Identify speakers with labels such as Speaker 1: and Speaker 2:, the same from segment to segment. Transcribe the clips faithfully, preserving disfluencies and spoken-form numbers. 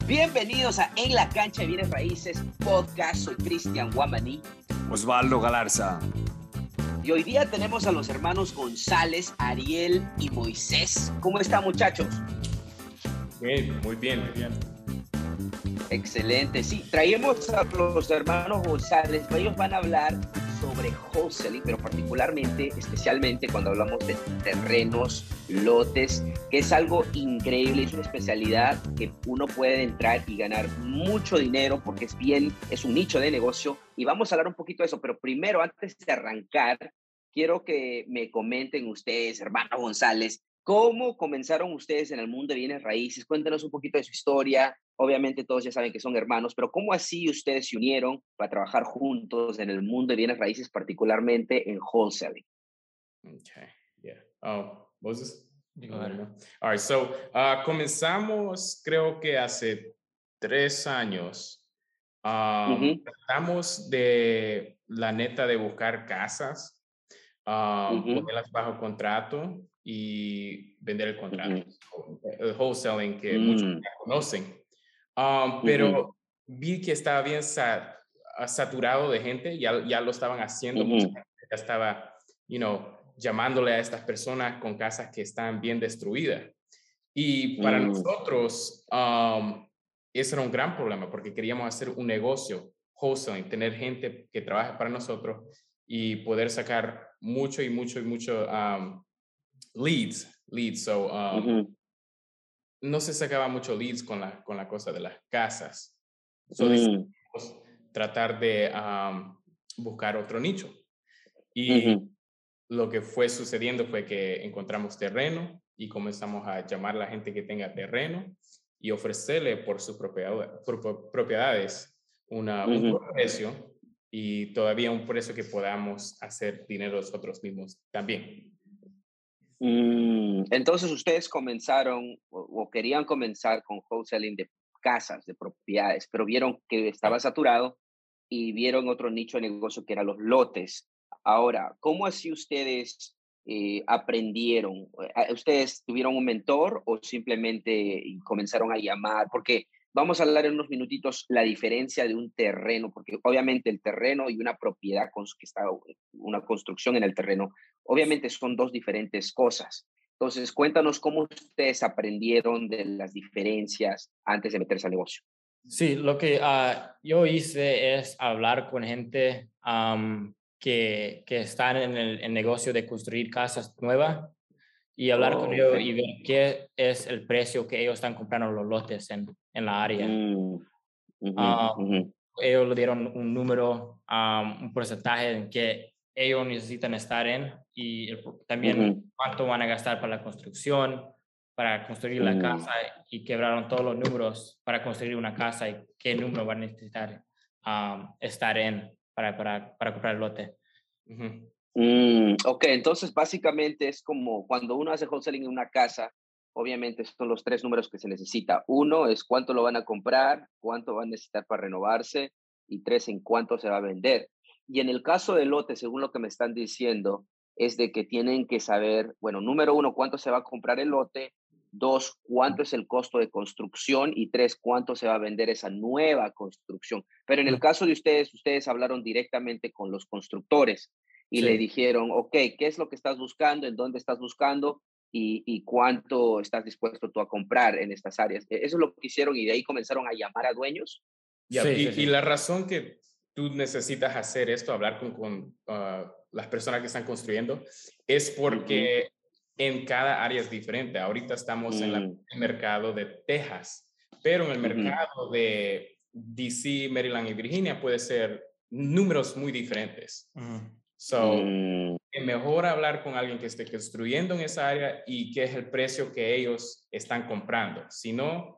Speaker 1: Bienvenidos a En la Cancha de Bienes Raíces Podcast. Soy Cristian Guamaní.
Speaker 2: Osvaldo Galarza.
Speaker 1: Y hoy día tenemos a los hermanos González, Ariel y Moisés. ¿Cómo están, muchachos?
Speaker 3: Bien, muy bien, muy bien.
Speaker 1: Excelente. Sí, traemos a los hermanos González. Ellos van a hablar sobre wholesaling, pero particularmente, especialmente cuando hablamos de terrenos, lotes, que es algo increíble, es una especialidad que uno puede entrar y ganar mucho dinero porque es bien, es un nicho de negocio, y vamos a hablar un poquito de eso, pero primero, antes de arrancar, quiero que me comenten ustedes, hermano González, ¿cómo comenzaron ustedes en el mundo de bienes raíces? Cuéntenos un poquito de su historia. Obviamente todos ya saben que son hermanos, pero ¿cómo así ustedes se unieron para trabajar juntos en el mundo de bienes raíces, particularmente en wholesaling?
Speaker 3: Okay, yeah. Oh, Moses? Digo, all right, so uh, comenzamos creo que hace tres años. Um, uh-huh. Tratamos de la neta de buscar casas, um, uh-huh. ponerlas bajo contrato y vender el contrato. Uh-huh. El wholesaling que uh-huh. muchos ya conocen. Um, pero uh-huh. vi que estaba bien sa- saturado de gente, ya, ya lo estaban haciendo, uh-huh. mucha gente ya estaba, you know, llamándole a estas personas con casas que están bien destruidas. Y para uh-huh. nosotros, um, ese era un gran problema porque queríamos hacer un negocio, wholesaling, tener gente que trabaje para nosotros y poder sacar mucho y mucho y mucho um, leads, leads. So, um, uh-huh. no se sacaba mucho leads con la, con la cosa de las casas. So, mm. decidimos tratar de um, buscar otro nicho. Y uh-huh. lo que fue sucediendo fue que encontramos terreno y comenzamos a llamar a la gente que tenga terreno y ofrecerle por sus propiedades, por, propiedades una, uh-huh. un buen precio y todavía un precio que podamos hacer dinero nosotros mismos también.
Speaker 1: Entonces ustedes comenzaron o, o querían comenzar con wholesaling de casas, de propiedades, pero vieron que estaba saturado y vieron otro nicho de negocio que eran los lotes. Ahora, ¿cómo así ustedes eh, aprendieron? ¿Ustedes tuvieron un mentor o simplemente comenzaron a llamar? Porque vamos a hablar en unos minutitos la diferencia de un terreno, porque obviamente el terreno y una propiedad con que está una construcción en el terreno, obviamente son dos diferentes cosas. Entonces, cuéntanos cómo ustedes aprendieron de las diferencias antes de meterse al negocio.
Speaker 4: Sí, lo que uh, yo hice es hablar con gente um, que, que están en el, el negocio de construir casas nuevas y hablar oh, con ellos okay. y ver qué es el precio que ellos están comprando los lotes en, en la área. Mm, uh-huh, um, uh-huh. Ellos le dieron un número, um, un porcentaje en que ellos necesitan estar en y el, también uh-huh. cuánto van a gastar para la construcción, para construir uh-huh. la casa, y quebraron todos los números para construir una casa y qué número van a necesitar um, estar en para, para, para comprar el lote.
Speaker 1: Uh-huh. Mm, ok, entonces básicamente es como cuando uno hace wholesaling en una casa, obviamente son los tres números que se necesita. Uno es cuánto lo van a comprar, cuánto van a necesitar para renovarse, y tres, en cuánto se va a vender. Y en el caso del lote, según lo que me están diciendo, es de que tienen que saber, bueno, número uno, cuánto se va a comprar el lote, dos, cuánto es el costo de construcción, y tres, cuánto se va a vender esa nueva construcción. Pero en el caso de ustedes, ustedes hablaron directamente con los constructores y sí. le dijeron, ok, ¿qué es lo que estás buscando? ¿En dónde estás buscando? Y, y cuánto estás dispuesto tú a comprar en estas áreas. Eso es lo que hicieron y de ahí comenzaron a llamar a dueños.
Speaker 3: Yeah, sí, y, sí, sí. y la razón que tú necesitas hacer esto, hablar con, con uh, las personas que están construyendo, es porque uh-huh. en cada área es diferente. Ahorita estamos uh-huh. en la, el mercado de Texas, pero en el uh-huh. mercado de D C, Maryland y Virginia puede ser números muy diferentes. Uh-huh. So, uh-huh. es mejor hablar con alguien que esté construyendo en esa área y qué es el precio que ellos están comprando. Si no,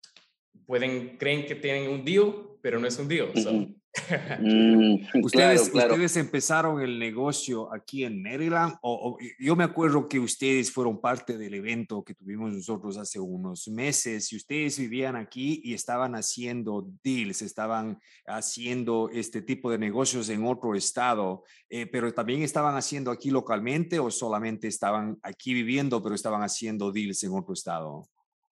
Speaker 3: pueden, creen que tienen un deal, pero no es un deal. So.
Speaker 2: Mm, ustedes, claro, claro. ¿Ustedes empezaron el negocio aquí en Maryland? O, o, yo me acuerdo que ustedes fueron parte del evento que tuvimos nosotros hace unos meses y ustedes vivían aquí y estaban haciendo deals, estaban haciendo este tipo de negocios en otro estado, eh, pero también estaban haciendo aquí localmente o solamente estaban aquí viviendo, pero estaban haciendo deals en otro estado.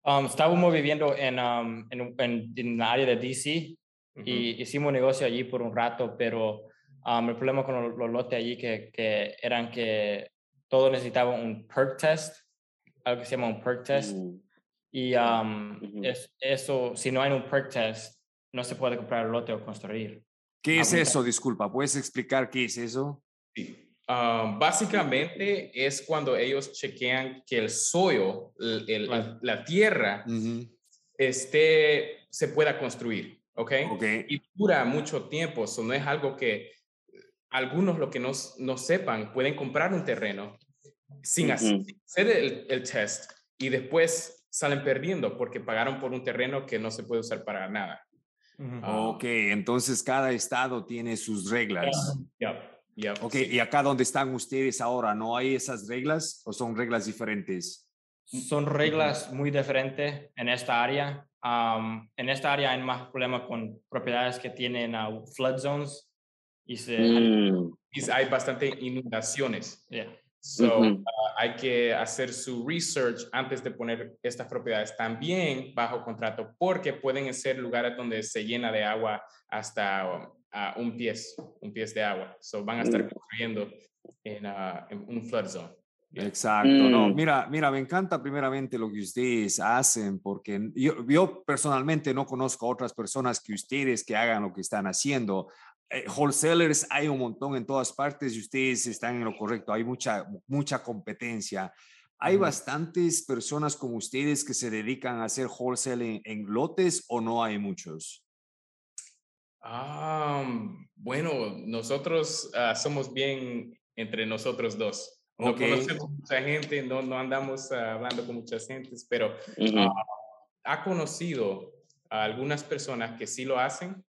Speaker 4: Um, estábamos viviendo en, um, en, en, en el área de D C uh-huh. y hicimos negocio allí por un rato, pero um, el problema con los, los lotes allí que, que eran que todos necesitaban un perk test, algo que se llama un perk test. Uh-huh. Y um, uh-huh. es, eso, si no hay un perk test, no se puede comprar el lote o construir.
Speaker 2: ¿Qué es eso? Disculpa, ¿puedes explicar qué es eso?
Speaker 3: Sí. Um, básicamente es cuando ellos chequean que el suelo, el, el, la, la tierra, uh-huh. esté, se pueda construir, ¿ok?
Speaker 2: Okay.
Speaker 3: Y dura mucho tiempo, eso no es algo que algunos, lo que no, no sepan, pueden comprar un terreno sin uh-huh. hacer el, el test y después salen perdiendo porque pagaron por un terreno que no se puede usar para nada.
Speaker 2: Uh-huh. Um, ok, entonces cada estado tiene sus reglas.
Speaker 3: Yeah. Yeah. Yep,
Speaker 2: ok,
Speaker 3: sí.
Speaker 2: ¿Y acá donde están ustedes ahora, no hay esas reglas o son reglas diferentes?
Speaker 4: Son reglas muy diferentes en esta área. Um, en esta área hay más problemas con propiedades que tienen uh, flood zones y, se,
Speaker 3: mm. y hay bastante inundaciones.
Speaker 4: Yeah.
Speaker 3: So, uh-huh. uh, hay que hacer su research antes de poner estas propiedades también bajo contrato porque pueden ser lugares donde se llena de agua hasta um, uh, un pie, un pie de agua. So, van a estar construyendo en, uh, en un flood zone.
Speaker 2: Yeah. Exacto. Mm. No, mira, mira, me encanta primeramente lo que ustedes hacen porque yo, yo personalmente no conozco a otras personas que ustedes que hagan lo que están haciendo. Eh, wholesalers hay un montón en todas partes y ustedes están en lo correcto. Hay mucha, mucha competencia. ¿Hay uh-huh. bastantes personas como ustedes que se dedican a hacer wholesaling en, en lotes o no hay muchos?
Speaker 3: Um, bueno, nosotros uh, somos bien entre nosotros dos. No okay. conocemos mucha gente, no, no andamos uh, hablando con muchas gentes, pero uh-huh. uh, ha conocido a algunas personas que sí lo hacen,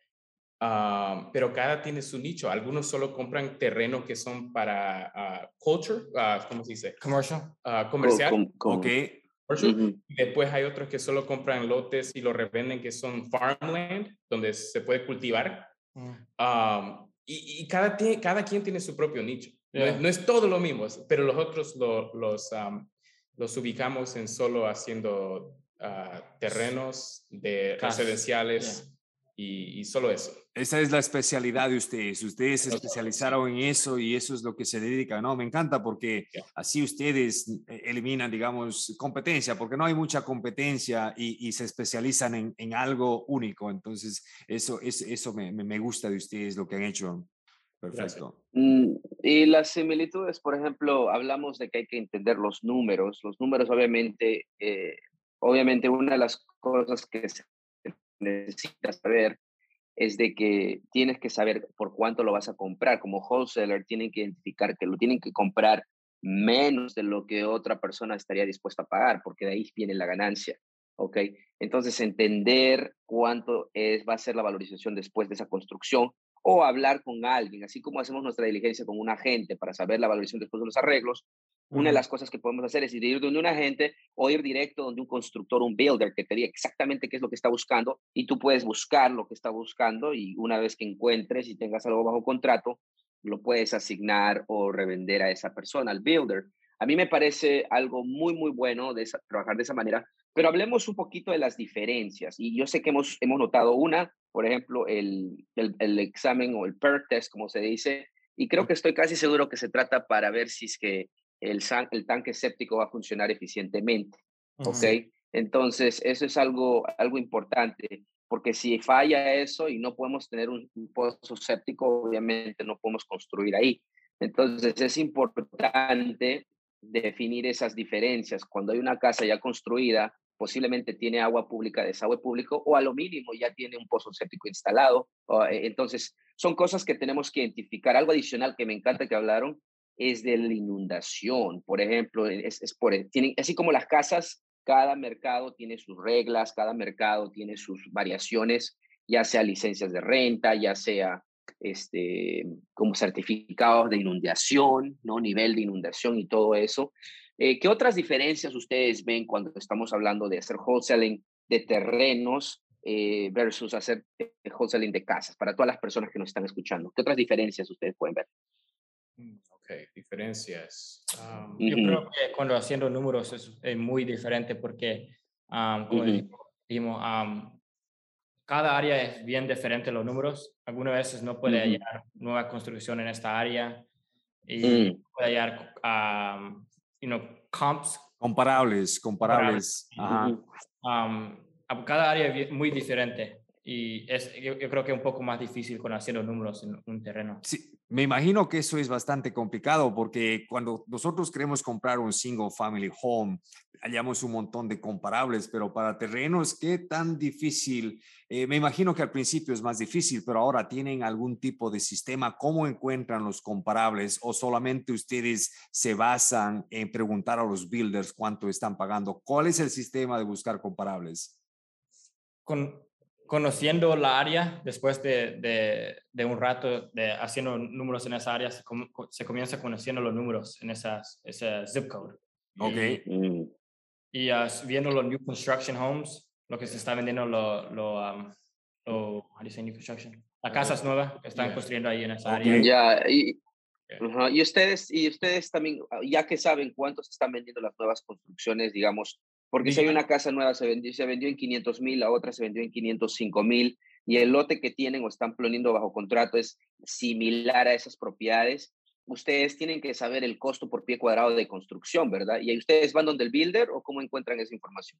Speaker 3: uh, pero cada tiene su nicho. Algunos solo compran terrenos que son para uh, culture, uh, ¿cómo se dice?
Speaker 4: Commercial.
Speaker 3: Uh, comercial.
Speaker 2: Com, com, ok.
Speaker 3: Uh-huh. Después hay otros que solo compran lotes y lo revenden que son farmland, donde se puede cultivar. Uh-huh. um, y, y cada, cada quien tiene su propio nicho. Yeah. No, es, no es todo lo mismo, pero los otros lo, los, um, los ubicamos en solo haciendo uh, terrenos de Cas. residenciales yeah. y, y solo eso.
Speaker 2: Esa es la especialidad de ustedes. Ustedes se especializaron en eso y eso es lo que se dedican, ¿no? Me encanta porque yeah. así ustedes eliminan, digamos, competencia, porque no hay mucha competencia y, y se especializan en, en algo único. Entonces, eso, es, eso me, me gusta de ustedes, lo que han hecho. Perfecto.
Speaker 1: Mm, y las similitudes, por ejemplo, hablamos de que hay que entender los números. Los números, obviamente, eh, obviamente una de las cosas que se necesita saber es de que tienes que saber por cuánto lo vas a comprar. Como wholesaler, tienen que identificar que lo tienen que comprar menos de lo que otra persona estaría dispuesta a pagar, porque de ahí viene la ganancia. ¿Ok? Entonces, entender cuánto es, va a ser la valorización después de esa construcción o hablar con alguien, así como hacemos nuestra diligencia con un agente para saber la valorización después de los arreglos. Uh-huh. Una de las cosas que podemos hacer es ir donde un agente o ir directo donde un constructor, un builder, que te diga exactamente qué es lo que está buscando y tú puedes buscar lo que está buscando y una vez que encuentres y tengas algo bajo contrato, lo puedes asignar o revender a esa persona, al builder. A mí me parece algo muy, muy bueno de esa, trabajar de esa manera, pero hablemos un poquito de las diferencias. Y yo sé que hemos, hemos notado una, por ejemplo, el, el, el examen o el perk test, como se dice, y creo que estoy casi seguro que se trata para ver si es que el, el tanque séptico va a funcionar eficientemente. Uh-huh. ¿Ok? Entonces, eso es algo, algo importante, porque si falla eso y no podemos tener un, un pozo séptico, obviamente no podemos construir ahí. Entonces, es importante definir esas diferencias. Cuando hay una casa ya construida, posiblemente tiene agua pública, desagüe público, o a lo mínimo ya tiene un pozo séptico instalado. Entonces, son cosas que tenemos que identificar. Algo adicional que me encanta que hablaron es de la inundación. Por ejemplo, es, es por, tienen, así como las casas, cada mercado tiene sus reglas, cada mercado tiene sus variaciones, ya sea licencias de renta, ya sea este, como certificados de inundación, ¿no? Nivel de inundación y todo eso. Eh, ¿Qué otras diferencias ustedes ven cuando estamos hablando de hacer wholesaling de terrenos eh, versus hacer wholesaling de casas? Para todas las personas que nos están escuchando, ¿qué otras diferencias ustedes pueden ver?
Speaker 3: Ok, diferencias. Um,
Speaker 4: uh-huh. Yo creo que cuando haciendo números es, es muy diferente porque Um, como uh-huh. dijimos, um, cada área es bien diferente los números. Algunas veces no puede uh-huh. hallar nueva construcción en esta área y uh-huh. puede hallar um, you know, comps.
Speaker 2: Comparables, comparables.
Speaker 4: comparables. Ajá. Um, cada área es muy diferente. Y es, yo, yo creo que es un poco más difícil con hacer los números en un terreno.
Speaker 2: Sí, me imagino que eso es bastante complicado porque cuando nosotros queremos comprar un single family home, hallamos un montón de comparables, pero para terrenos, ¿qué tan difícil? Eh, me imagino que al principio es más difícil, pero ahora tienen algún tipo de sistema. ¿Cómo encuentran los comparables? ¿O solamente ustedes se basan en preguntar a los builders cuánto están pagando? ¿Cuál es el sistema de buscar comparables?
Speaker 4: Con Conociendo la área, después de, de, de un rato de haciendo números en esa área, se, com se comienza conociendo los números en esas, ese zip code.
Speaker 2: Ok.
Speaker 4: Y, y uh, viendo los new construction homes, lo que se está vendiendo, lo, lo, um, lo how do you say new construction? Las casas nuevas que están yeah. construyendo ahí en esa
Speaker 1: okay.
Speaker 4: área.
Speaker 1: Ya, y, uh-huh. y, ustedes, y ustedes también, ya que saben cuánto se están vendiendo las nuevas construcciones, digamos, porque si hay una casa nueva, se vendió, se vendió en quinientos mil, la otra se vendió en quinientos cinco mil, y el lote que tienen o están poniendo bajo contrato es similar a esas propiedades, ustedes tienen que saber el costo por pie cuadrado de construcción, ¿verdad? ¿Y ustedes van donde el builder o cómo encuentran esa información?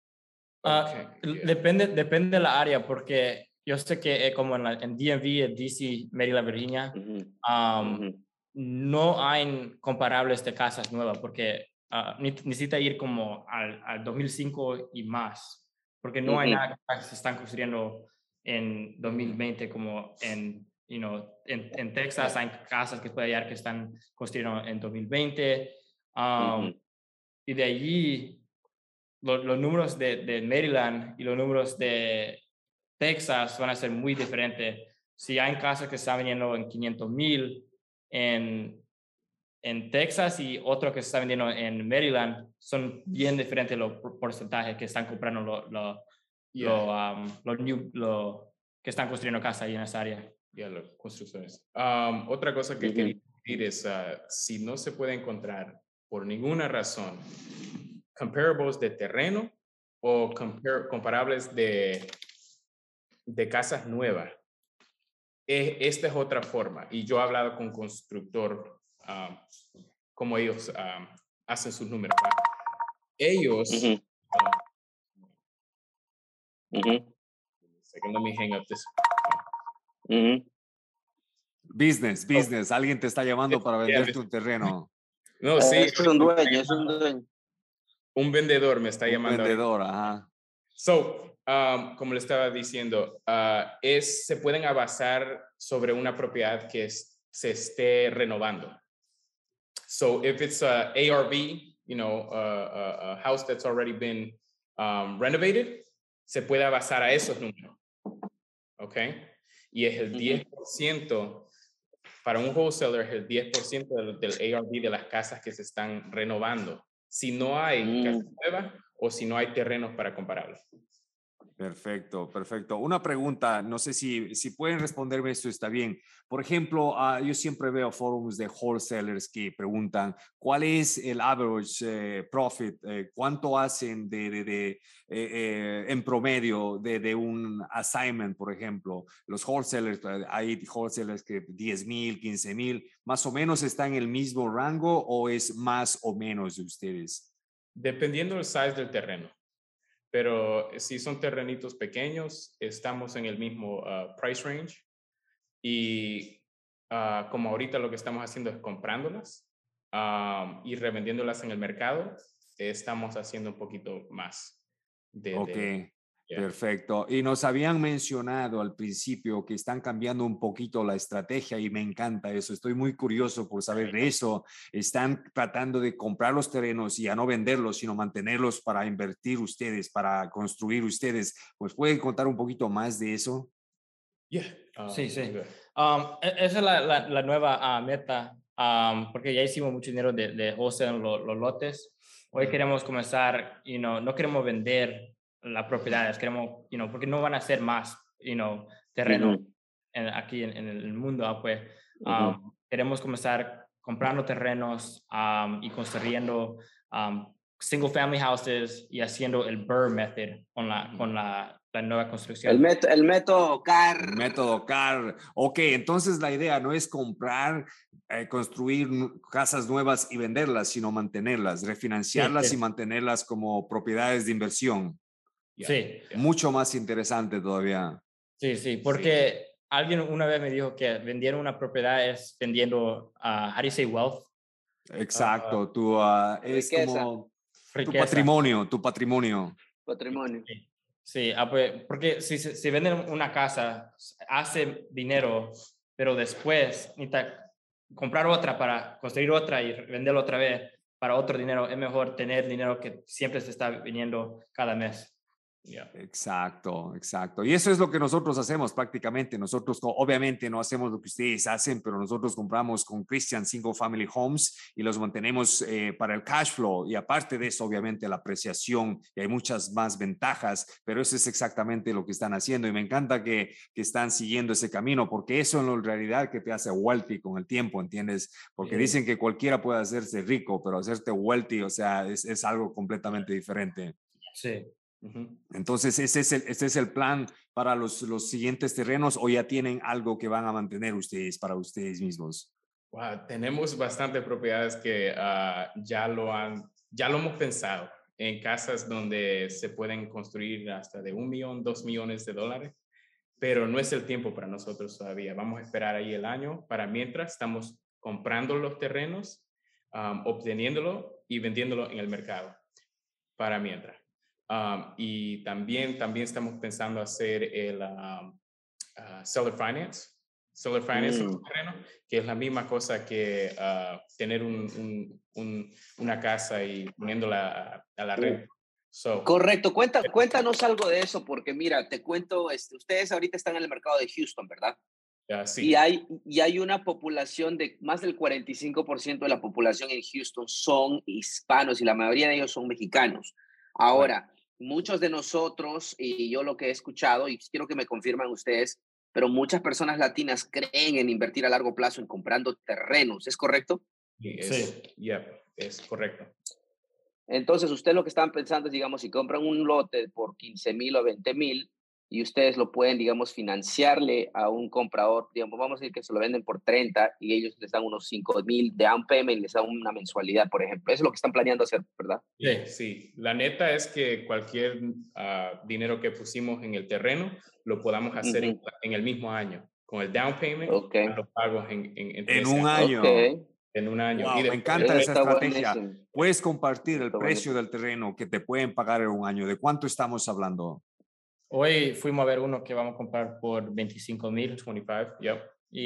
Speaker 4: Uh, okay. Depende, depende de la área, porque yo sé que eh, como en, la, en D M V, en D C, Maryland, Virginia, uh-huh. Um, uh-huh. no hay comparables de casas nuevas, porque uh, necesita ir como al, al dos mil cinco y más, porque no uh-huh. hay nada que se están construyendo en dos mil veinte como en, you know, en, en Texas hay casas que puede hallar que están construyendo en dos mil veinte, um, uh-huh. y de allí los, los números de, de Maryland y los números de Texas van a ser muy diferentes. Si hay casas que están vendiendo en quinientos mil en, en Texas y otro que se está vendiendo en Maryland, son bien diferentes los porcentajes que están comprando los lo, yeah. lo, um, lo new, lo, que están construyendo casas ahí en esa área.
Speaker 3: Ya, yeah, las construcciones. Um, otra cosa que uh-huh. quería decir es, uh, si no se puede encontrar por ninguna razón comparables de terreno o compar comparables de, de casas nuevas, eh, esta es otra forma. Y yo he hablado con constructor, um, como ellos um, hacen sus números. ¿Verdad? Ellos... Uh-huh. Uh, uh-huh. Second, let me hang up this.
Speaker 2: Uh-huh. Business, business. Oh. Alguien te está llamando para venderte yeah, un terreno.
Speaker 3: No, sí.
Speaker 1: Es un dueño, es un dueño.
Speaker 3: Un vendedor me está
Speaker 2: un
Speaker 3: llamando.
Speaker 2: Un vendedor, ahorita. Ajá.
Speaker 3: So, um, como le estaba diciendo, uh, es, se pueden basar sobre una propiedad que es, se esté renovando. So, if it's a A R V, you know, a, a, a house that's already been um, renovated, se puede basar a esos números. ¿Ok? Y es el diez por ciento, para un wholesaler, es el diez por ciento del, del A R V de las casas que se están renovando. Si no hay mm. casa nueva o si no hay terrenos para compararlos.
Speaker 2: Perfecto, perfecto. Una pregunta, no sé si, si pueden responderme esto, está bien. Por ejemplo, uh, yo siempre veo foros de wholesalers que preguntan cuál es el average eh, profit, eh, cuánto hacen de, de, de, eh, eh, en promedio de, de un assignment, por ejemplo. Los wholesalers, hay wholesalers que diez mil, quince mil, más o menos está en el mismo rango o es más o menos de ustedes.
Speaker 3: Dependiendo del size del terreno. Pero si son terrenitos pequeños, estamos en el mismo uh, price range. Y uh, como ahorita lo que estamos haciendo es comprándolas um, y revendiéndolas en el mercado, estamos haciendo un poquito más. De,
Speaker 2: ok,
Speaker 3: de, yeah.
Speaker 2: Perfecto. Y nos habían mencionado al principio que están cambiando un poquito la estrategia y me encanta eso. Estoy muy curioso por saber de eso. Están tratando de comprar los terrenos y a no venderlos, sino mantenerlos para invertir ustedes, para construir ustedes. ¿Pues pueden contar un poquito más de eso?
Speaker 3: Yeah. Um,
Speaker 4: sí, sí. Um, esa es la, la, la nueva uh, meta, um, porque ya hicimos mucho dinero de, de wholesale en lo, los lotes. Hoy queremos comenzar, you know, no queremos vender las propiedades, queremos, you know, porque no van a ser más, you know, terreno uh-huh. en, aquí en, en el mundo, pues um, uh-huh. queremos comenzar comprando terrenos um, y construyendo um, single family houses y haciendo el B R R R method con la, con la, la nueva construcción.
Speaker 1: El, met, el método C A R.
Speaker 2: El método C A R. Ok, entonces la idea no es comprar, eh, construir casas nuevas y venderlas, sino mantenerlas, refinanciarlas sí, sí. y mantenerlas como propiedades de inversión.
Speaker 4: Sí.
Speaker 2: Mucho más interesante todavía.
Speaker 4: Sí, sí, porque sí. alguien una vez me dijo que vendieron una propiedad es vendiendo, uh, how do you say wealth?
Speaker 2: Exacto, uh, tu, uh, es
Speaker 1: riqueza.
Speaker 2: como
Speaker 4: riqueza.
Speaker 2: tu patrimonio, tu patrimonio.
Speaker 1: Patrimonio.
Speaker 4: Sí, sí, porque si, si venden una casa, hace dinero, pero después necesita comprar otra para construir otra y venderla otra vez para otro dinero. Es mejor tener dinero que siempre se está viniendo cada mes.
Speaker 2: Yeah. Exacto, exacto. Y eso es lo que nosotros hacemos prácticamente. Nosotros obviamente no hacemos lo que ustedes hacen, pero nosotros compramos con Christian Single Family Homes y los mantenemos eh, para el cash flow. Y aparte de eso, obviamente la apreciación y hay muchas más ventajas, pero eso es exactamente lo que están haciendo. Y me encanta que, que están siguiendo ese camino, porque eso en realidad que te hace wealthy con el tiempo, ¿entiendes? Porque yeah. dicen que cualquiera puede hacerse rico, pero hacerte wealthy, o sea, es, es algo completamente diferente.
Speaker 4: Sí.
Speaker 2: Uh-huh. Entonces, ¿ese es, el, ¿ese es el plan para los, los siguientes terrenos o ya tienen algo que van a mantener ustedes para ustedes mismos?
Speaker 3: Wow, tenemos bastantes propiedades que uh, ya, lo han, ya lo hemos pensado en casas donde se pueden construir hasta de un millón, dos millones de dólares, pero no es el tiempo para nosotros todavía. Vamos a esperar ahí el año. Para mientras estamos comprando los terrenos, um, obteniéndolo y vendiéndolo en el mercado. Para mientras. Um, y también, también estamos pensando hacer el um, uh, seller finance, seller finance mm. terreno, que es la misma cosa que uh, tener un, un, un, una casa y poniéndola a, a la renta. So,
Speaker 1: Correcto, Cuenta, cuéntanos algo de eso, porque mira, te cuento, este, ustedes ahorita están en el mercado de Houston, ¿verdad?
Speaker 3: Uh, sí.
Speaker 1: Y hay, y hay una población de más del cuarenta y cinco por ciento de la población en Houston son hispanos y la mayoría de ellos son mexicanos. Ahora, bueno. muchos de nosotros, y yo lo que he escuchado, y quiero que me confirman ustedes, pero muchas personas latinas creen en invertir a largo plazo en comprando terrenos, ¿es correcto?
Speaker 3: Es, sí, yeah, es correcto.
Speaker 1: Entonces, ustedes lo que están pensando es, digamos, si compran un lote por quince mil o veinte mil y ustedes lo pueden, digamos, financiarle a un comprador, digamos, vamos a decir que se lo venden por treinta y ellos les dan unos cinco mil de down payment, les dan una mensualidad, por ejemplo. Eso es lo que están planeando hacer, ¿verdad?
Speaker 3: Sí, sí. La neta es que cualquier uh, dinero que pusimos en el terreno lo podamos hacer uh-huh. en, en el mismo año, con el down payment,
Speaker 1: okay.
Speaker 3: los pagos en, en,
Speaker 2: en un año.
Speaker 1: Okay.
Speaker 3: En un año.
Speaker 2: Wow,
Speaker 3: y
Speaker 2: me encanta esa estrategia.
Speaker 1: Buenísimo.
Speaker 2: Puedes compartir el
Speaker 1: está
Speaker 2: precio
Speaker 1: buenísimo.
Speaker 2: del terreno que te pueden pagar en un año. ¿De cuánto estamos hablando?
Speaker 4: Hoy fuimos a ver uno que vamos a comprar por veinticinco mil.
Speaker 3: veinticinco, yep.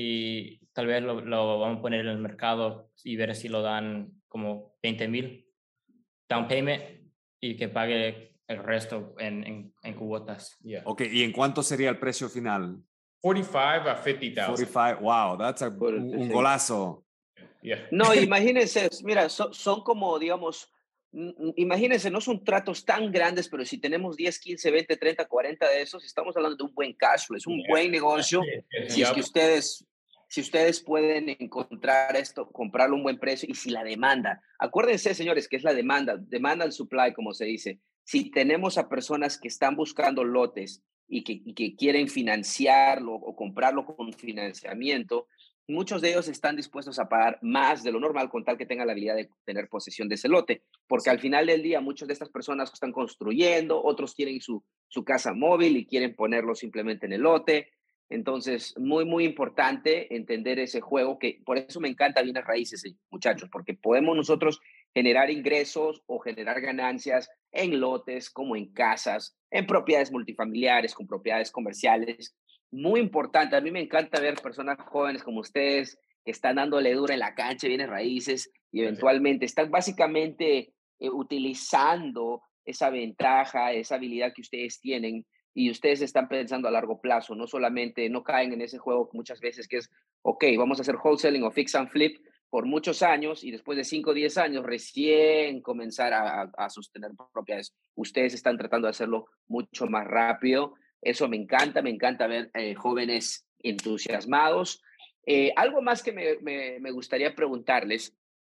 Speaker 4: Y tal vez lo, lo vamos a poner en el mercado y ver si lo dan como veinte mil down payment y que pague el resto en, en, en cuotas.
Speaker 3: Yeah.
Speaker 2: Ok, ¿y en cuánto sería el precio final?
Speaker 3: cuarenta y cinco a cincuenta mil.
Speaker 2: cuarenta y cinco, wow, that's a, un, un golazo.
Speaker 3: Yeah.
Speaker 1: No, imagínense, mira, son, son como, digamos, imagínense, no son tratos tan grandes, pero si tenemos diez, quince, veinte, treinta, cuarenta de esos, estamos hablando de un buen cash flow, es un yeah. buen negocio. Yeah. Si yeah. es que ustedes, si ustedes pueden encontrar esto, comprarlo a un buen precio y si la demanda, acuérdense, señores, que es la demanda, demanda and supply, como se dice. Si tenemos a personas que están buscando lotes y que, y que quieren financiarlo o comprarlo con financiamiento, muchos de ellos están dispuestos a pagar más de lo normal con tal que tengan la habilidad de tener posesión de ese lote, porque sí. al final del día muchas de estas personas están construyendo, otros tienen su, su casa móvil y quieren ponerlo simplemente en el lote. Entonces, muy, muy importante entender ese juego, que por eso me encanta bienes raíces, muchachos, porque podemos nosotros generar ingresos o generar ganancias en lotes, como en casas, en propiedades multifamiliares, con propiedades comerciales. Muy importante, a mí me encanta ver personas jóvenes como ustedes que están dándole dura en la cancha, bienes raíces, y eventualmente están básicamente eh, utilizando esa ventaja, esa habilidad que ustedes tienen, y ustedes están pensando a largo plazo, no solamente, no caen en ese juego muchas veces que es, ok, vamos a hacer wholesaling o fix and flip por muchos años y después de cinco o diez años recién comenzar a, a sostener propiedades. Ustedes están tratando de hacerlo mucho más rápido. Eso me encanta, me encanta ver eh, jóvenes entusiasmados. Eh, algo más que me, me, me gustaría preguntarles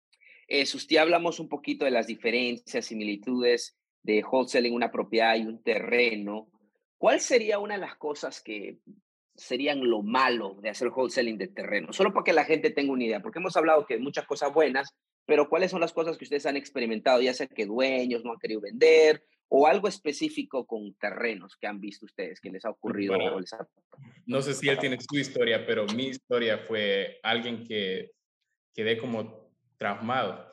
Speaker 1: Eh, usted hablamos un poquito de las diferencias, similitudes de wholesaling una propiedad y un terreno. ¿Cuál sería una de las cosas que serían lo malo de hacer wholesaling de terreno? Solo para que la gente tenga una idea, porque hemos hablado que muchas cosas buenas, pero ¿cuáles son las cosas que ustedes han experimentado, ya sea que dueños no han querido vender o algo específico con terrenos que han visto ustedes, que les ha ocurrido
Speaker 3: Bueno,
Speaker 1: o les ha...
Speaker 3: no sé si él tiene su historia, pero mi historia fue alguien que quedé como traumado.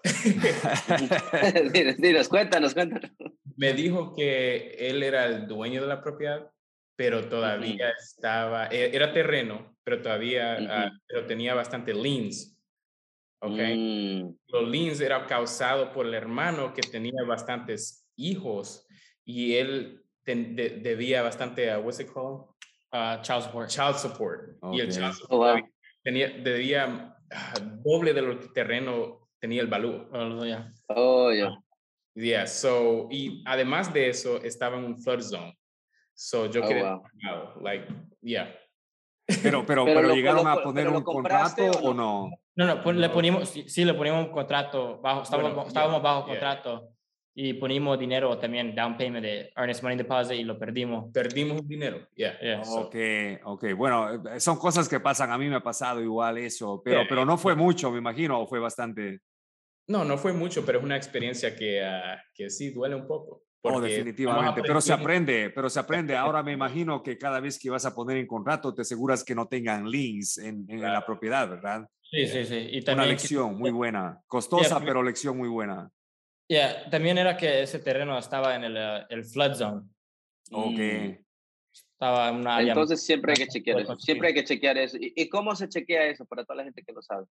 Speaker 1: dinos, dinos, cuéntanos, cuéntanos.
Speaker 3: Me dijo que él era el dueño de la propiedad, pero todavía uh-huh. estaba, era terreno, pero todavía uh-huh. uh, pero tenía bastante liens. ¿Ok? Mm. Los liens eran causados por el hermano que tenía bastantes hijos y él ten, de, debía bastante a, what's it called?
Speaker 4: Uh, child support.
Speaker 3: Child support.
Speaker 2: Okay.
Speaker 3: Y el child support
Speaker 1: oh, wow.
Speaker 3: tenía, debía uh, doble de lo que el terreno tenía el valor.
Speaker 4: Oh, yeah.
Speaker 1: Oh, yeah.
Speaker 3: Yeah, so, y además de eso, estaba en un flood zone. So, yo
Speaker 1: oh,
Speaker 3: quedé,
Speaker 1: wow.
Speaker 3: like, yeah.
Speaker 2: Pero, pero, pero, pero lo, llegaron lo, a poner un contrato o no?
Speaker 4: No, no, no, le ponimos, sí, sí, le ponimos un contrato, bajo, estábamos, bueno, estábamos yeah, bajo yeah. contrato y ponimos dinero también, down payment de earnest money deposit y lo perdimos.
Speaker 3: Perdimos un dinero, yeah.
Speaker 2: yeah so. Ok, ok, bueno, son cosas que pasan, a mí me ha pasado igual eso, pero, yeah, pero no fue yeah. mucho, me imagino, o fue bastante...
Speaker 3: No, no fue mucho, pero es una experiencia que, uh, que sí duele un poco.
Speaker 2: Oh, definitivamente, pero se aprende, pero se aprende. Ahora me imagino que cada vez que vas a poner en contrato te aseguras que no tengan liens en, en claro. la propiedad, ¿verdad?
Speaker 4: Sí, sí, sí.
Speaker 2: Y también, una lección muy buena, costosa, yeah, pero lección muy buena.
Speaker 4: Yeah, también era que ese terreno estaba en el, uh, el flood zone.
Speaker 2: Ok.
Speaker 4: Mm. Estaba en una área.
Speaker 1: Entonces siempre hay que chequear eso, siempre hay que chequear eso. ¿Y, y cómo se chequea eso para toda la gente que lo sabe?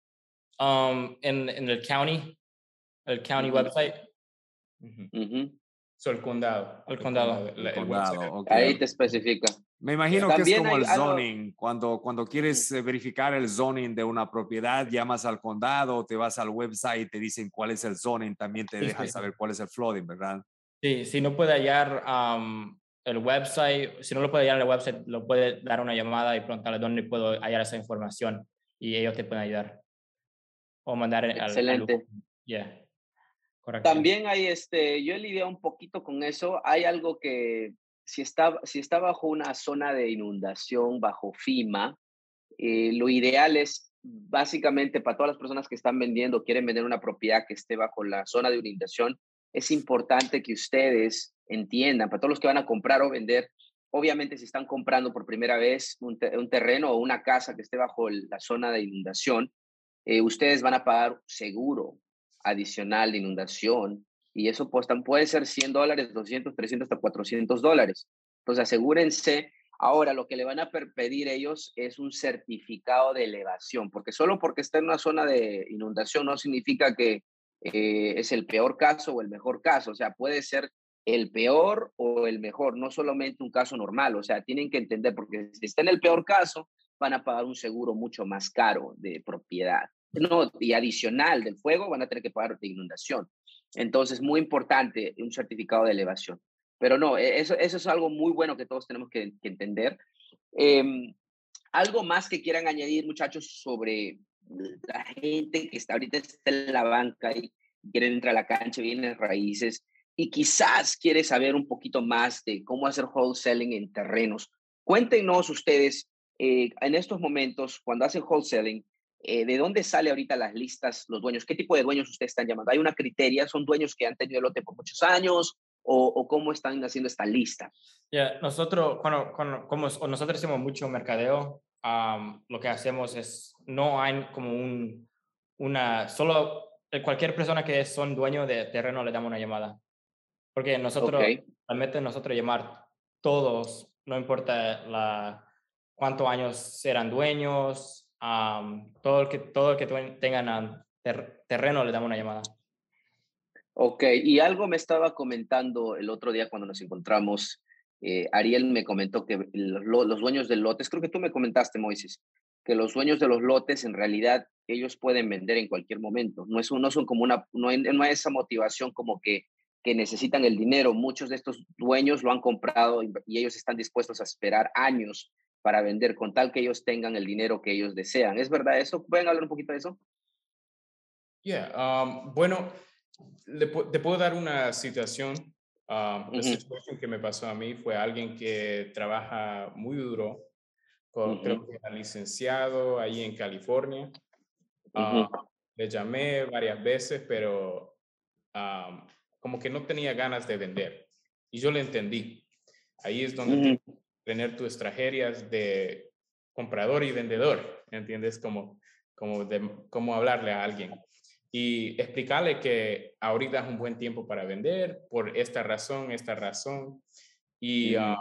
Speaker 4: Um, en, en el county, el county uh-huh. website.
Speaker 3: Uh-huh. Uh-huh. So, el condado.
Speaker 4: El condado.
Speaker 2: El, el condado, okay.
Speaker 1: Ahí te especifica.
Speaker 2: Me imagino que es como el zoning. Algo... Cuando, cuando quieres uh-huh. verificar el zoning de una propiedad, llamas al condado, te vas al website, te dicen cuál es el zoning, también te dejan sí, saber cuál es el flooding, ¿verdad?
Speaker 4: Sí, si no puede hallar um, el website, si no lo puede hallar en el website, lo puede dar una llamada y preguntarle dónde puedo hallar esa información y ellos te pueden ayudar. O mandar al...
Speaker 1: Excelente.
Speaker 4: Al, yeah. Correcto.
Speaker 1: También hay, este, yo he lidiado un poquito con eso. Hay algo que si está, si está bajo una zona de inundación, bajo FEMA, eh, lo ideal es básicamente para todas las personas que están vendiendo, quieren vender una propiedad que esté bajo la zona de inundación, es importante que ustedes entiendan, para todos los que van a comprar o vender, obviamente si están comprando por primera vez un, te un terreno o una casa que esté bajo la zona de inundación, eh, ustedes van a pagar seguro adicional de inundación y eso pues, puede ser cien dólares, doscientos, trescientos, hasta cuatrocientos dólares. Entonces asegúrense. Ahora lo que le van a pedir ellos es un certificado de elevación, porque solo porque está en una zona de inundación no significa que eh, es el peor caso o el mejor caso. O sea, puede ser el peor o el mejor, no solamente un caso normal. O sea, tienen que entender, porque si está en el peor caso, van a pagar un seguro mucho más caro de propiedad. No, y adicional del fuego van a tener que pagar de inundación. Entonces, muy importante un certificado de elevación. Pero no, eso, eso es algo muy bueno que todos tenemos que, que entender. Eh, algo más que quieran añadir, muchachos, sobre la gente que está ahorita está en la banca y quieren entrar a la cancha, vienen raíces y quizás quiere saber un poquito más de cómo hacer wholesaling en terrenos. Cuéntenos ustedes, eh, en estos momentos, cuando hacen wholesaling, Eh, ¿de dónde sale ahorita las listas, los dueños? ¿Qué tipo de dueños ustedes están llamando? ¿Hay una criteria? ¿Son dueños que han tenido el lote por muchos años? ¿O, o cómo están haciendo esta lista?
Speaker 4: Yeah, nosotros, cuando, cuando, como nosotros hacemos mucho mercadeo, um, lo que hacemos es, no hay como un, una, solo cualquier persona que son dueños de terreno le damos una llamada. Porque nosotros, okay. realmente nosotros llamar todos, no importa la, cuántos años serán dueños, Um, todo el que todo el que tengan ter terreno le damos una llamada.
Speaker 1: Ok, y algo me estaba comentando el otro día cuando nos encontramos, eh, Ariel me comentó que los, los dueños de lotes, creo que tú me comentaste, Moisés, que los dueños de los lotes en realidad ellos pueden vender en cualquier momento, no, es, no son como una, no hay, no hay esa motivación como que, que necesitan el dinero, muchos de estos dueños lo han comprado y, y ellos están dispuestos a esperar años para vender con tal que ellos tengan el dinero que ellos desean. ¿Es verdad eso? ¿Pueden hablar un poquito de eso?
Speaker 3: Yeah, um, bueno, le, te puedo dar una situación. Um, la uh-huh. situación que me pasó a mí fue alguien que trabaja muy duro, con, uh-huh. creo que era licenciado ahí en California. Uh, uh-huh. Le llamé varias veces, pero um, como que no tenía ganas de vender. Y yo le entendí. Ahí es donde uh-huh. tienes que tener tus estrategias de comprador y vendedor, ¿entiendes? Como, como, de, como hablarle a alguien. Y explicarle que ahorita es un buen tiempo para vender por esta razón, esta razón. Y uh,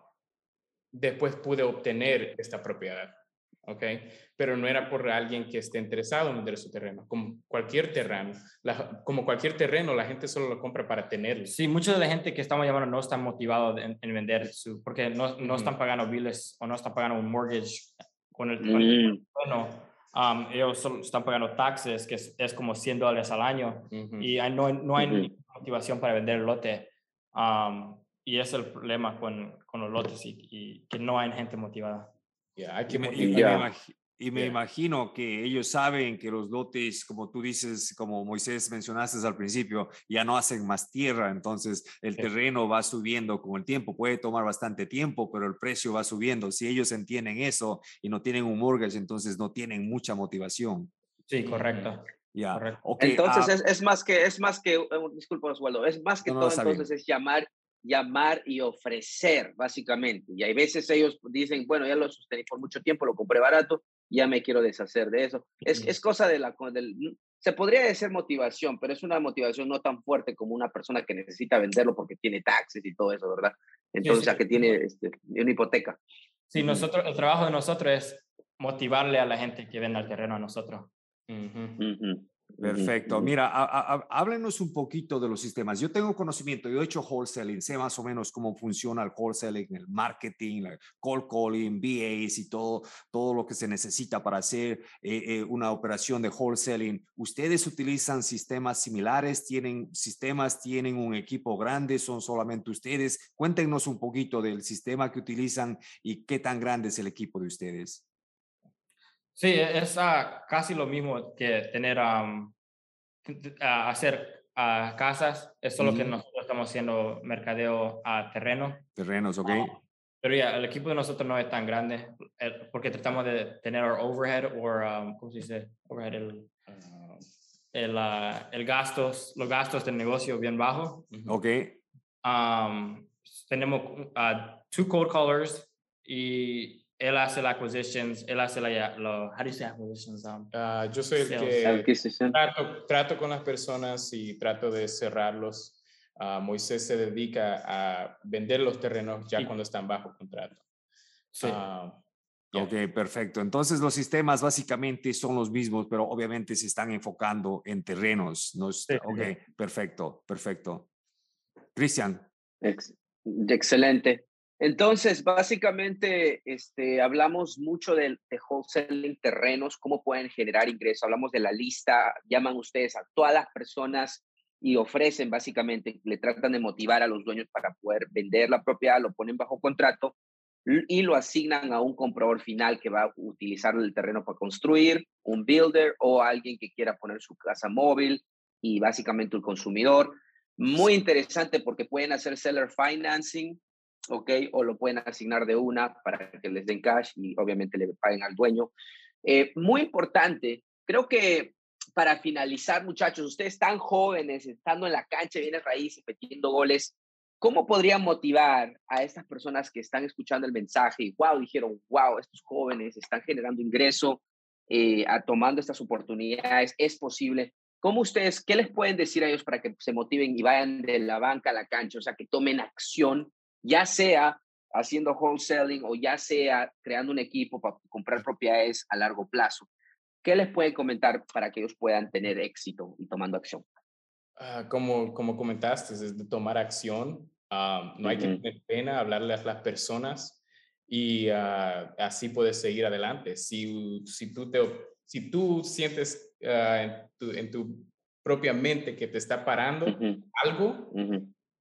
Speaker 3: después pude obtener esta propiedad, ¿ok? Pero no era por alguien que esté interesado en vender su terreno. Como cualquier terreno, la, como cualquier terreno, la gente solo lo compra para tenerlo.
Speaker 4: Sí, mucha de la gente que estamos llamando no están motivados en, en vender su, porque no, no mm. están pagando billes o no están pagando un mortgage con el terreno. Mm. Um, ellos solo están pagando taxes, que es, es como cien dólares al año, uh-huh. y hay, no, no hay uh-huh. motivación para vender el lote. Um, y ese es el problema con, con los lotes, y, y que no hay gente motivada.
Speaker 2: Yeah, hay que motivar. Y me yeah. imagino que ellos saben que los lotes, como tú dices, como Moisés mencionaste al principio, ya no hacen más tierra, entonces el yeah. terreno va subiendo con el tiempo, puede tomar bastante tiempo, pero el precio va subiendo. Si ellos entienden eso y no tienen un mortgage, entonces no tienen mucha motivación.
Speaker 4: Sí, correcto.
Speaker 2: Yeah.
Speaker 1: Correcto. Okay, entonces uh, es, es más que, es más que, uh, disculpa Oswaldo, es más que no, todo no, entonces bien. es llamar llamar y ofrecer, básicamente. Y hay veces ellos dicen, bueno, ya lo sostení por mucho tiempo, lo compré barato, ya me quiero deshacer de eso. Es, es cosa de la... Del, se podría decir motivación, pero es una motivación no tan fuerte como una persona que necesita venderlo porque tiene taxes y todo eso, ¿verdad? Entonces, sí, sí. o sea, que tiene este, una hipoteca.
Speaker 4: Sí, nosotros, el trabajo de nosotros es motivarle a la gente que venda el terreno a nosotros.
Speaker 2: Uh-huh. Uh-huh. Perfecto. Mira, a, a, a, háblenos un poquito de los sistemas. Yo tengo conocimiento, yo he hecho wholesaling, sé más o menos cómo funciona el wholesaling, el marketing, el cold calling, B As y todo, todo lo que se necesita para hacer eh, eh, una operación de wholesaling. ¿Ustedes utilizan sistemas similares? ¿Tienen sistemas? ¿Tienen un equipo grande? ¿Son solamente ustedes? Cuéntenos un poquito del sistema que utilizan y qué tan grande es el equipo de ustedes.
Speaker 4: Sí, es uh, casi lo mismo que tener, um, uh, hacer uh, casas, es solo uh-huh. que nosotros estamos haciendo mercadeo a terreno.
Speaker 2: Terrenos, ok. Uh,
Speaker 4: pero ya, yeah, el equipo de nosotros no es tan grande eh, porque tratamos de tener el overhead o, um, ¿cómo se dice? Overhead, el, uh, el, uh, el gastos, los gastos del negocio bien bajo.
Speaker 2: Uh-huh. Ok.
Speaker 4: Um, tenemos uh, two cold callers y él hace las acquisitions, él hace la, lo, how do you say acquisitions? Um,
Speaker 3: uh, yo soy el sales. que trato, trato con las personas y trato de cerrarlos. Uh, Moisés se dedica a vender los terrenos ya sí. cuando están bajo contrato.
Speaker 4: Sí.
Speaker 3: Uh,
Speaker 2: yeah. Ok, perfecto. Entonces los sistemas básicamente son los mismos, pero obviamente se están enfocando en terrenos. ¿No? Sí, ok, sí. perfecto, perfecto. Cristian.
Speaker 1: Ex- excelente. Entonces, básicamente, este, hablamos mucho de, de wholesaling terrenos, cómo pueden generar ingresos. Hablamos de la lista, llaman ustedes a todas las personas y ofrecen, básicamente, le tratan de motivar a los dueños para poder vender la propiedad, lo ponen bajo contrato y lo asignan a un comprador final que va a utilizar el terreno para construir, un builder o alguien que quiera poner su casa móvil y básicamente un consumidor. Muy interesante porque pueden hacer seller financing, ¿ok? O lo pueden asignar de una para que les den cash y obviamente le paguen al dueño. Eh, muy importante, creo que para finalizar, muchachos, ustedes tan jóvenes, estando en la cancha, vienen raíces, metiendo goles, ¿cómo podrían motivar a estas personas que están escuchando el mensaje y, wow, dijeron, wow, estos jóvenes están generando ingreso, eh, a tomando estas oportunidades, es posible? ¿Cómo ustedes, qué les pueden decir a ellos para que se motiven y vayan de la banca a la cancha? O sea, que tomen acción, ya sea haciendo wholesaling o ya sea creando un equipo para comprar propiedades a largo plazo. ¿Qué les pueden comentar para que ellos puedan tener éxito y tomando acción?
Speaker 3: Uh, como, como comentaste, es de tomar acción. Uh, no uh-huh. hay que tener pena hablarle a las personas y uh, así puedes seguir adelante. Si, si, tú, te, si tú sientes uh, en, tu, en tu propia mente que te está parando uh-huh. algo, uh-huh.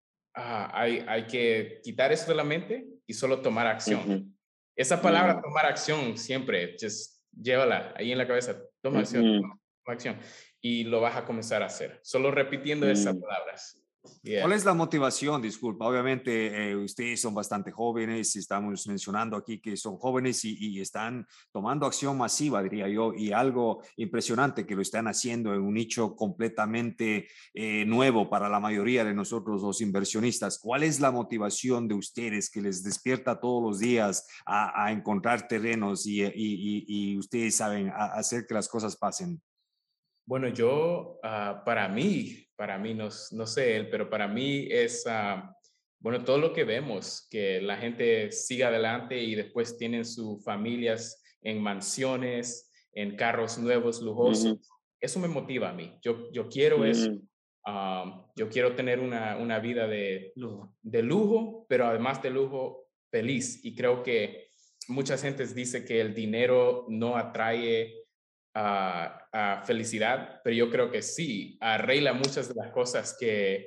Speaker 3: uh, hay, hay que quitar eso de la mente y solo tomar acción. Uh-huh. Esa palabra, uh-huh. tomar acción, siempre, just llévala ahí en la cabeza. Toma uh-huh. acción, toma, toma acción. y lo vas a comenzar a hacer. Solo repitiendo mm. esas palabras.
Speaker 2: Yeah. ¿Cuál es la motivación? Disculpa, obviamente eh, ustedes son bastante jóvenes, estamos mencionando aquí que son jóvenes y, y están tomando acción masiva, diría yo, y algo impresionante que lo están haciendo en un nicho completamente eh, nuevo para la mayoría de nosotros los inversionistas. ¿Cuál es la motivación de ustedes que les despierta todos los días a, a encontrar terrenos y, y, y, y ustedes saben a, hacer que las cosas pasen?
Speaker 3: Bueno, yo, uh, para mí, para mí, no, no sé él, pero para mí es, uh, bueno, todo lo que vemos, que la gente siga adelante y después tienen sus familias en mansiones, en carros nuevos, lujosos. Uh-huh. Eso me motiva a mí. Yo, yo quiero uh-huh. eso. Um, yo quiero tener una, una vida de lujo. de lujo, pero además de lujo, feliz. Y creo que mucha gente dice que el dinero no atrae Uh, uh, felicidad, pero yo creo que sí, arregla muchas de las cosas que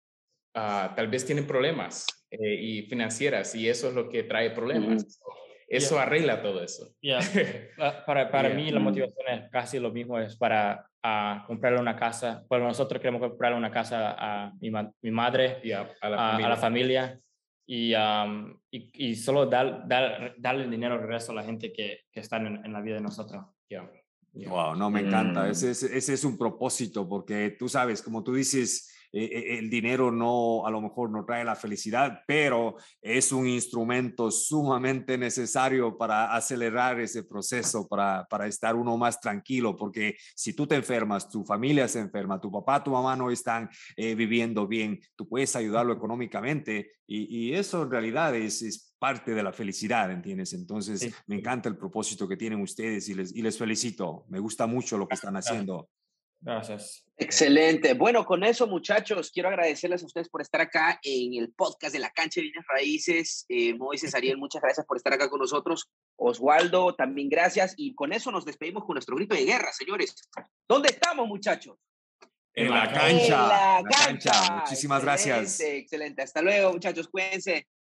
Speaker 3: uh, tal vez tienen problemas eh, y financieras, y eso es lo que trae problemas. Mm. Eso yeah. arregla todo eso.
Speaker 4: Yeah. uh, para para yeah. mí la motivación es casi lo mismo, es para uh, comprarle una casa. Bueno, nosotros queremos comprarle una casa a mi, ma mi madre,
Speaker 3: yeah, a, la
Speaker 4: a, a la familia, y, um, y, y solo dar, dar, darle el dinero de regreso a la gente que, que está en, en la vida de nosotros.
Speaker 3: Yeah.
Speaker 2: Yeah. Wow, no, me encanta. Mm. Ese, ese, ese es un propósito, porque tú sabes, como tú dices, eh, el dinero no, a lo mejor no trae la felicidad, pero es un instrumento sumamente necesario para acelerar ese proceso, para, para estar uno más tranquilo, porque si tú te enfermas, tu familia se enferma, tu papá, tu mamá no están eh, viviendo bien, tú puedes ayudarlo económicamente y, y eso en realidad es, es parte de la felicidad, ¿entiendes? Entonces, sí. me encanta el propósito que tienen ustedes y les, y les felicito. Me gusta mucho lo que están haciendo.
Speaker 4: Gracias.
Speaker 1: Excelente. Bueno, con eso, muchachos, quiero agradecerles a ustedes por estar acá en el podcast de La Cancha de Bienes Raíces. Eh, Moisés, Ariel, muchas gracias por estar acá con nosotros. Oswaldo, también gracias. Y con eso nos despedimos con nuestro grito de guerra, señores. ¿Dónde estamos, muchachos?
Speaker 2: En la cancha.
Speaker 1: En la,
Speaker 2: la
Speaker 1: cancha.
Speaker 2: cancha. Muchísimas
Speaker 1: excelente,
Speaker 2: gracias.
Speaker 1: Excelente. Hasta luego, muchachos. Cuídense.